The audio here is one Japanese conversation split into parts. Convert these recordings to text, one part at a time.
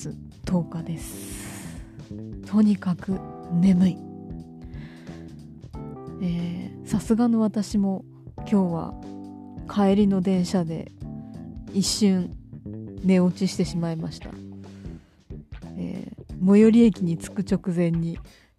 月10日です。とにかく眠い。さすがの私も今日は帰りの電車で一瞬寝落ちしてしまいました。最寄り駅に着く直前に、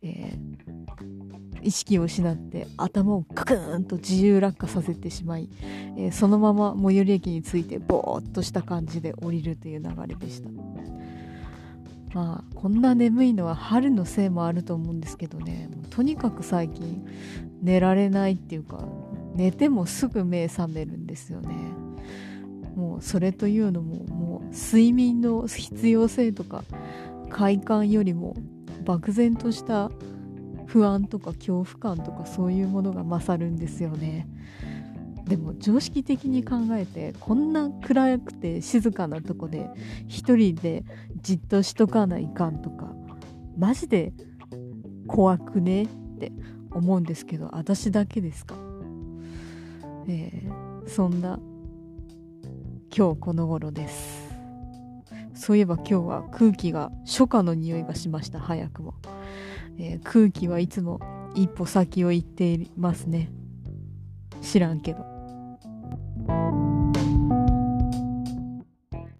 意識を失って頭をカクーンと自由落下させてしまい、そのまま最寄り駅に着いてボーっとした感じで降りるという流れでした。まあこんな眠いのは春のせいもあると思うんですけどね、とにかく最近寝られないっていうか、寝てもすぐ目覚めるんですよね。もうそれというのも、もう睡眠の必要性とか快感よりも漠然とした不安とか恐怖感とかそういうものが勝るんですよね。でも常識的に考えて、こんな暗くて静かなとこで一人でじっとしとかないかんとか、マジで怖くねって思うんですけど、私だけですか？そんな今日この頃です。そういえば今日は空気が初夏の匂いがしました。早くも、空気はいつも一歩先を行っていますね。知らんけど。